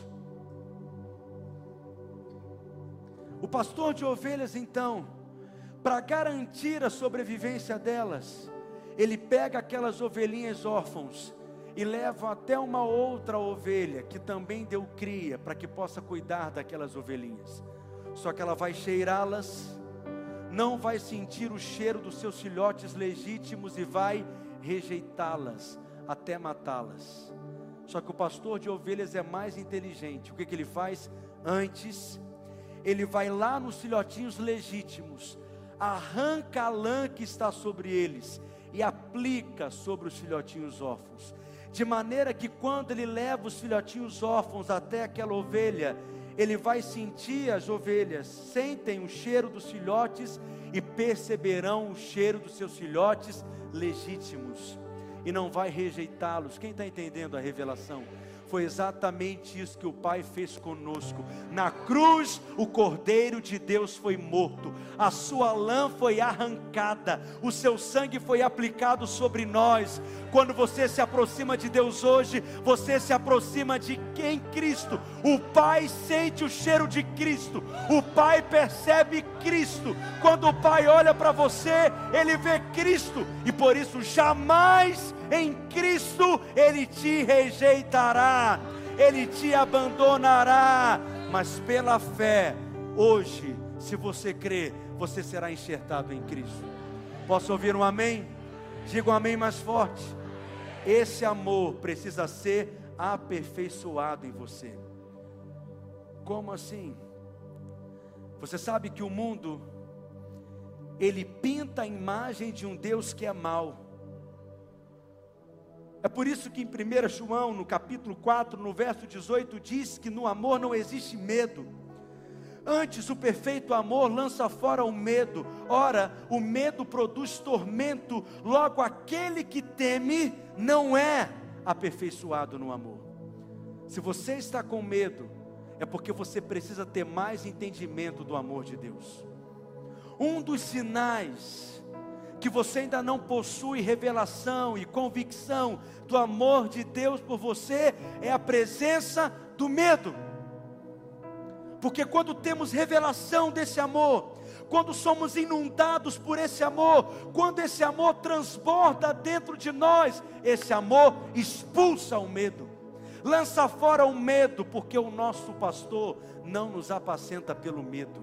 [SPEAKER 1] O pastor de ovelhas, então, para garantir a sobrevivência delas, ele pega aquelas ovelhinhas órfãos e leva até uma outra ovelha que também deu cria, para que possa cuidar daquelas ovelhinhas. Só que ela vai cheirá-las, não vai sentir o cheiro dos seus filhotes legítimos e vai rejeitá-las até matá-las. Só que o pastor de ovelhas é mais inteligente. O que ele faz? Antes, ele vai lá nos filhotinhos legítimos, arranca a lã que está sobre eles e aplica sobre os filhotinhos órfãos, de maneira que quando ele leva os filhotinhos órfãos até aquela ovelha, ele vai sentir, as ovelhas sentem o cheiro dos filhotes e perceberão o cheiro dos seus filhotes legítimos, e não vai rejeitá-los. Quem está entendendo a revelação? Foi exatamente isso que o Pai fez conosco. Na cruz, o Cordeiro de Deus foi morto, a sua lã foi arrancada, o seu sangue foi aplicado sobre nós. Quando você se aproxima de Deus hoje, você se aproxima de quem? Cristo. O Pai sente o cheiro de Cristo, o Pai percebe Cristo. Quando o Pai olha para você, Ele vê Cristo, e por isso jamais em Cristo Ele te rejeitará, Ele te abandonará. Mas pela fé, hoje, se você crer, você será enxertado em Cristo. Posso ouvir um amém? Diga um amém mais forte. Esse amor precisa ser aperfeiçoado em você. Como assim? Você sabe que o mundo, ele pinta a imagem de um Deus que é mau. É por isso que em 1 João, no capítulo 4, no verso 18, diz que no amor não existe medo. Antes, o perfeito amor lança fora o medo. Ora, o medo produz tormento. Logo, aquele que teme não é aperfeiçoado no amor. Se você está com medo, é porque você precisa ter mais entendimento do amor de Deus. Um dos sinais que você ainda não possui revelação e convicção do amor de Deus por você é a presença do medo. Porque quando temos revelação desse amor, quando somos inundados por esse amor, quando esse amor transborda dentro de nós, esse amor expulsa o medo, lança fora o medo, porque o nosso pastor não nos apacenta pelo medo,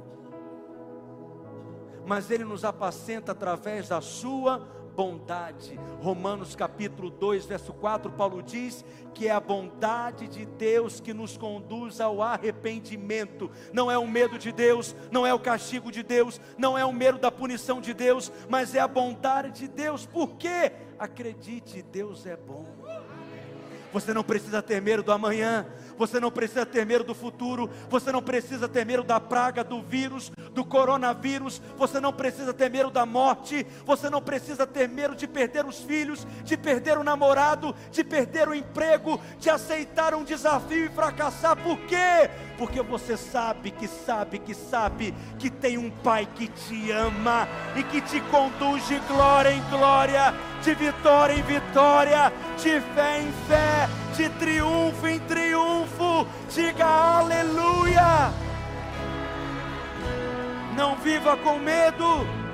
[SPEAKER 1] mas Ele nos apacenta através da sua bondade. Romanos capítulo 2, verso 4, Paulo diz que é a bondade de Deus que nos conduz ao arrependimento. Não é o medo de Deus, não é o castigo de Deus, não é o medo da punição de Deus, mas é a bondade de Deus. Por quê? Acredite, Deus é bom. Você não precisa ter medo do amanhã, você não precisa ter medo do futuro, você não precisa ter medo da praga, do vírus, do coronavírus, você não precisa ter medo da morte, você não precisa ter medo de perder os filhos, de perder o namorado, de perder o emprego, de aceitar um desafio e fracassar. Por quê? Porque você sabe que tem um Pai que te ama e que te conduz de glória em glória, de vitória em vitória, de fé em fé, de triunfo em triunfo. Diga aleluia. Não viva com medo.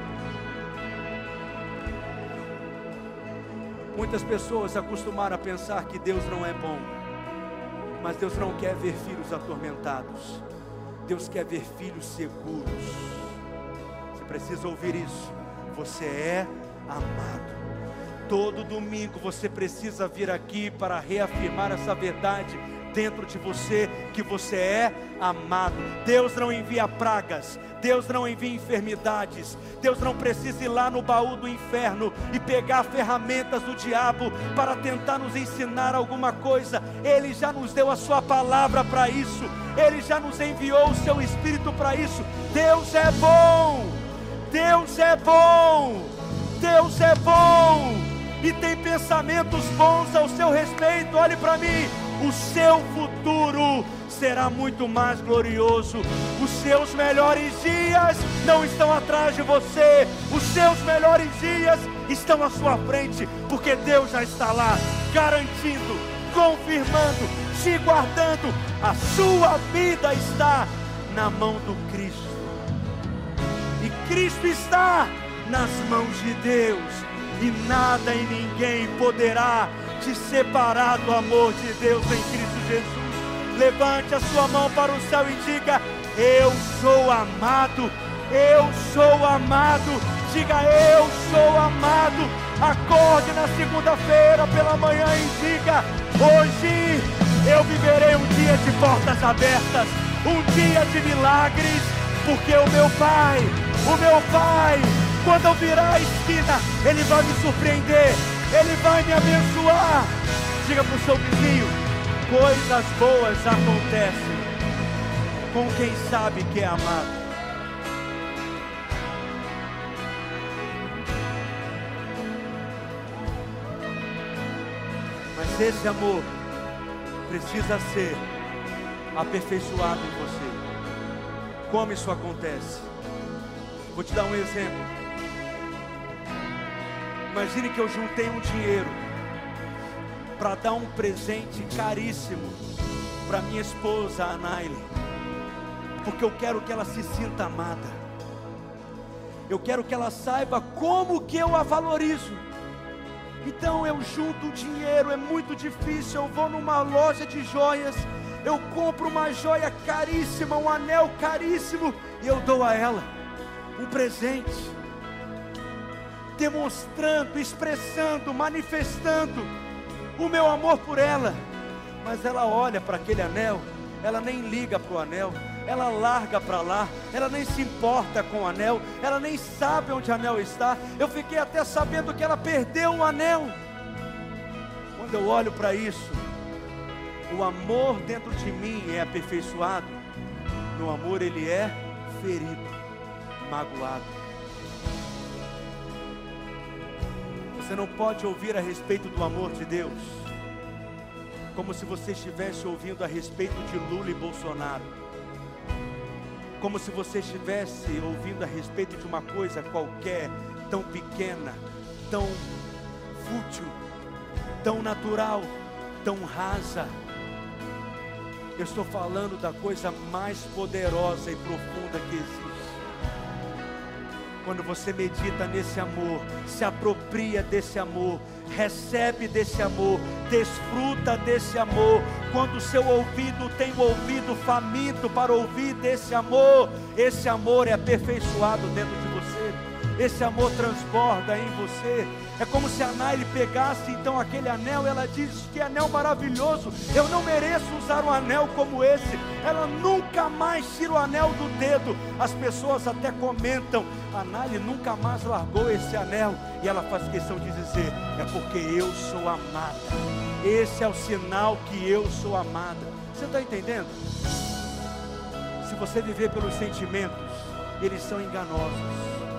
[SPEAKER 1] Muitas pessoas acostumaram a pensar que Deus não é bom, mas Deus não quer ver filhos atormentados, Deus quer ver filhos seguros. Você precisa ouvir isso. Você é amado. Todo domingo você precisa vir aqui para reafirmar essa verdade dentro de você, que você é amado. Deus não envia pragas, Deus não envia enfermidades, Deus não precisa ir lá no baú do inferno e pegar ferramentas do diabo para tentar nos ensinar alguma coisa. Ele já nos deu a sua palavra para isso, Ele já nos enviou o seu Espírito para isso. Deus é bom, Deus é bom, Deus é bom, e tem pensamentos bons ao seu respeito. Olhe para mim, o seu futuro será muito mais glorioso. Os seus melhores dias não estão atrás de você, os seus melhores dias estão à sua frente, porque Deus já está lá, garantindo, confirmando, te guardando. A sua vida está na mão do Cristo, e Cristo está nas mãos de Deus, e nada e ninguém poderá te separar do amor de Deus em Cristo Jesus. Levante a sua mão para o céu e diga: eu sou amado, eu sou amado. Diga: eu sou amado. Acorde na segunda-feira pela manhã e diga: hoje eu viverei um dia de portas abertas, um dia de milagres, porque o meu Pai, quando eu virar a esquina, Ele vai me surpreender, Ele vai me abençoar. Diga para o seu vizinho: coisas boas acontecem com quem sabe que é amado. Mas esse amor precisa ser aperfeiçoado em você. Como isso acontece? Vou te dar um exemplo. Imagine que eu juntei um dinheiro para dar um presente caríssimo para minha esposa, a Anaile, porque eu quero que ela se sinta amada. Eu quero que ela saiba como que eu a valorizo. Então eu junto o dinheiro, é muito difícil. Eu vou numa loja de joias, eu compro uma joia caríssima, um anel caríssimo, e eu dou a ela um presente, demonstrando, expressando, manifestando o meu amor por ela. Mas ela olha para aquele anel, ela nem liga para o anel, ela larga para lá, ela nem se importa com o anel, ela nem sabe onde o anel está. Eu fiquei até sabendo que ela perdeu o anel. Quando eu olho para isso, o amor dentro de mim é aperfeiçoado, meu amor ele é ferido, magoado. Você não pode ouvir a respeito do amor de Deus como se você estivesse ouvindo a respeito de Lula e Bolsonaro, como se você estivesse ouvindo a respeito de uma coisa qualquer, tão pequena, tão fútil, tão natural, tão rasa. Eu estou falando da coisa mais poderosa e profunda que existe. Quando você medita nesse amor, se apropria desse amor, recebe desse amor, desfruta desse amor. Quando o seu ouvido tem o ouvido faminto para ouvir desse amor, esse amor é aperfeiçoado dentro de você, esse amor transborda em você. É como se a Anaile pegasse então aquele anel, ela diz: que anel maravilhoso, eu não mereço usar um anel como esse. Ela nunca mais tira o anel do dedo. As pessoas até comentam: a Anaile nunca mais largou esse anel. E ela faz questão de dizer: é porque eu sou amada. Esse é o sinal que eu sou amada. Você está entendendo? Se você viver pelos sentimentos, eles são enganosos.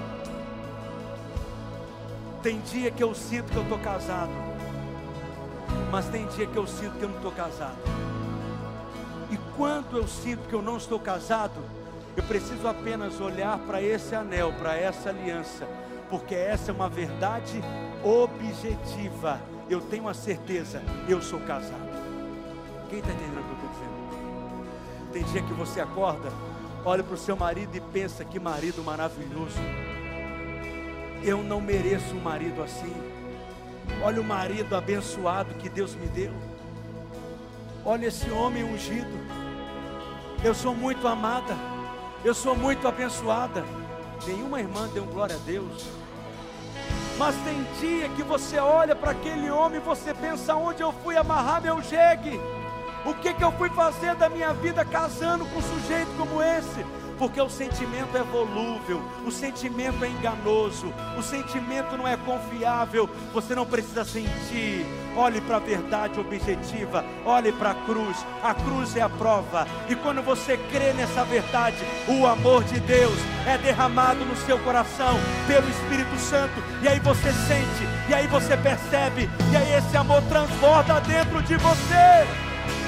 [SPEAKER 1] Tem dia que eu sinto que eu estou casado, mas tem dia que eu sinto que eu não estou casado. E quando eu sinto que eu não estou casado, eu preciso apenas olhar para esse anel, para essa aliança, porque essa é uma verdade objetiva. Eu tenho a certeza, eu sou casado. Quem está entendendo o que eu estou dizendo? Tem dia que você acorda, olha para o seu marido e pensa: que marido maravilhoso. Eu não mereço um marido assim. Olha o marido abençoado que Deus me deu. Olha esse homem ungido. Eu sou muito amada. Eu sou muito abençoada. Nenhuma irmã deu glória a Deus. Mas tem dia que você olha para aquele homem e você pensa: onde eu fui amarrar meu jegue? O que eu fui fazer da minha vida casando com um sujeito como esse? Porque o sentimento é volúvel, o sentimento é enganoso, o sentimento não é confiável. Você não precisa sentir. Olhe para a verdade objetiva, olhe para a cruz é a prova. E quando você crê nessa verdade, o amor de Deus é derramado no seu coração pelo Espírito Santo. E aí você sente, e aí você percebe, e aí esse amor transborda dentro de você.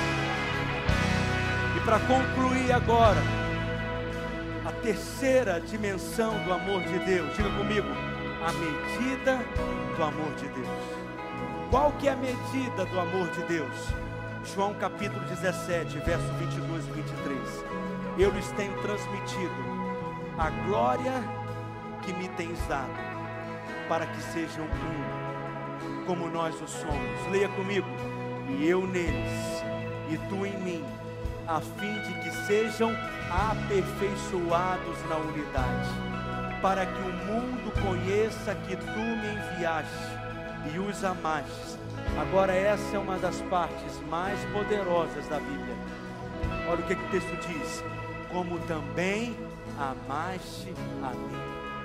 [SPEAKER 1] para concluir agora, a terceira dimensão do amor de Deus, diga comigo, a medida do amor de Deus. Qual que é a medida do amor de Deus? João capítulo 17, verso 22 e 23. Eu lhes tenho transmitido a glória que me tens dado, para que sejam um, como nós o somos. Leia comigo. E eu neles, e tu em mim, a fim de que sejam aperfeiçoados na unidade, para que o mundo conheça que tu me enviaste e os amaste. Agora essa é uma das partes mais poderosas da Bíblia. Olha o que o texto diz: como também amaste a mim.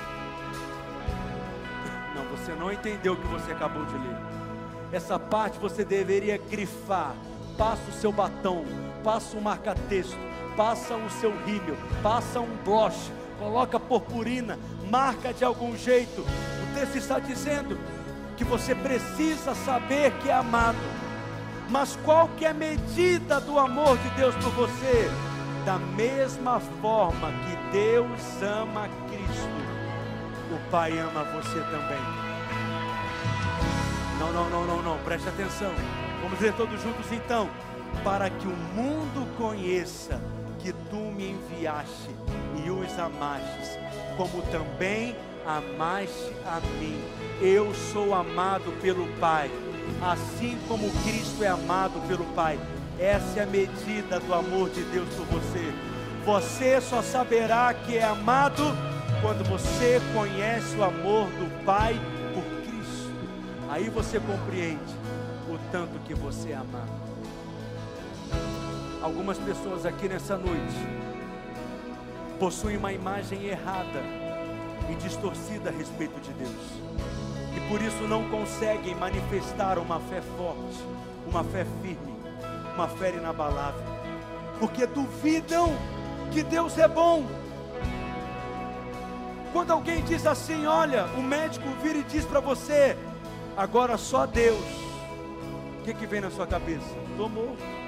[SPEAKER 1] Não, você não entendeu o que você acabou de ler. Essa parte você deveria grifar. Passa o seu batom, passa um marca-texto, passa o seu rímel, passa um blush, coloca purpurina, marca de algum jeito. O texto está dizendo que você precisa saber que é amado. Mas qual que é a medida do amor de Deus por você? Da mesma forma que Deus ama Cristo, o Pai ama você também. Não, preste atenção. Vamos ler todos juntos então. Para que o mundo conheça que tu me enviaste e os amaste, como também amaste a mim. Eu sou amado pelo Pai, assim como Cristo é amado pelo Pai. Essa é a medida do amor de Deus por você. Você só saberá que é amado quando você conhece o amor do Pai por Cristo. Aí você compreende o tanto que você é amado. Algumas pessoas aqui nessa noite possuem uma imagem errada e distorcida a respeito de Deus, e por isso não conseguem manifestar uma fé forte, uma fé firme, uma fé inabalável, porque duvidam que Deus é bom. Quando alguém diz assim, olha, o médico vira e diz para você, agora só Deus, o que vem na sua cabeça? Estou morto.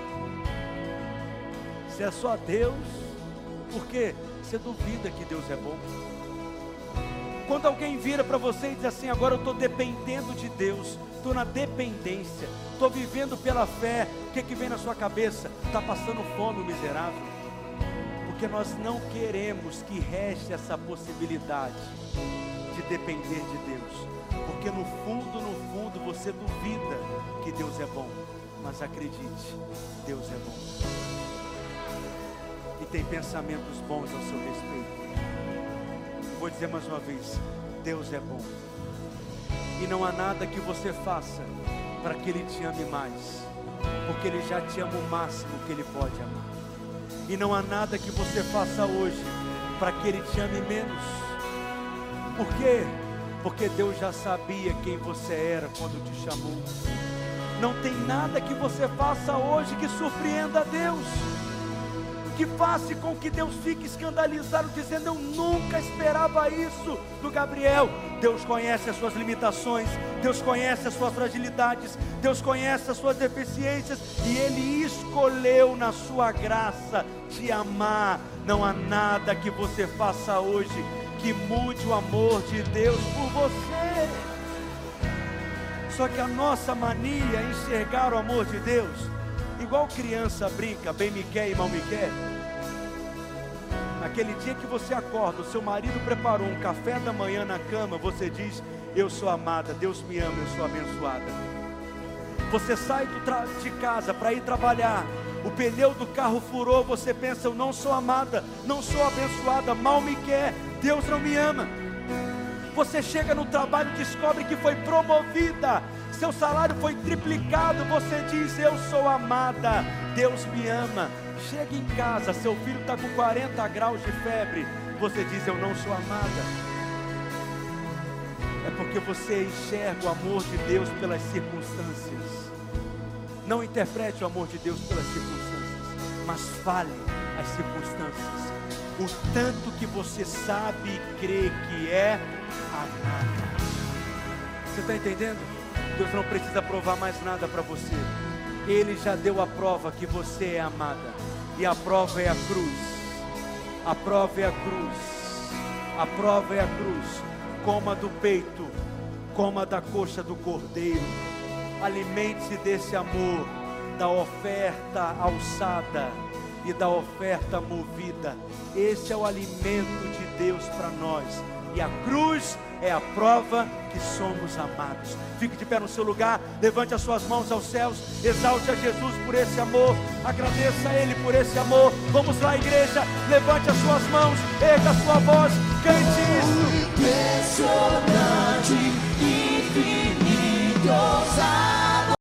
[SPEAKER 1] Se é só Deus, por quê? Você duvida que Deus é bom. Quando alguém vira para você e diz assim, agora eu estou dependendo de Deus, estou na dependência, estou vivendo pela fé, o que vem na sua cabeça? Está passando fome, o miserável. Porque nós não queremos que reste essa possibilidade de depender de Deus, porque no fundo você duvida que Deus é bom, mas acredite, Deus é bom, e tem pensamentos bons ao seu respeito. Vou dizer mais uma vez, Deus é bom, e não há nada que você faça para que Ele te ame mais, porque Ele já te ama o máximo que Ele pode amar. E não há nada que você faça hoje para que Ele te ame menos. Por quê? Porque Deus já sabia quem você era quando te chamou. Não tem nada que você faça hoje que surpreenda a Deus, que faça com que Deus fique escandalizado, dizendo, eu nunca esperava isso do Gabriel. Deus conhece as suas limitações, Deus conhece as suas fragilidades, Deus conhece as suas deficiências, e Ele escolheu na sua graça te amar. Não há nada que você faça hoje que mude o amor de Deus por você. Só que a nossa mania é enxergar o amor de Deus igual criança brinca, bem me quer e mal me quer. Naquele dia que você acorda, o seu marido preparou um café da manhã na cama, você diz, eu sou amada, Deus me ama, eu sou abençoada. Você sai de casa para ir trabalhar, o pneu do carro furou, você pensa, eu não sou amada, não sou abençoada, mal me quer, Deus não me ama. Você chega no trabalho e descobre que foi promovida, seu salário foi triplicado, você diz, eu sou amada, Deus me ama. Chega em casa, seu filho está com 40 graus de febre, você diz, eu não sou amada. É porque você enxerga o amor de Deus pelas circunstâncias. Não interprete o amor de Deus pelas circunstâncias, mas fale as circunstâncias, o tanto que você sabe e crê que é amada. Você está entendendo? Deus não precisa provar mais nada para você. Ele já deu a prova que você é amada. E a prova é a cruz. A prova é a cruz. A prova é a cruz. Coma do peito, coma da coxa do cordeiro. Alimente-se desse amor, da oferta alçada e da oferta movida. Esse é o alimento de Deus para nós. E a cruz é a prova que somos amados. Fique de pé no seu lugar, levante as suas mãos aos céus, exalte a Jesus por esse amor, agradeça a Ele por esse amor. Vamos lá, igreja, levante as suas mãos, erga a sua voz, cante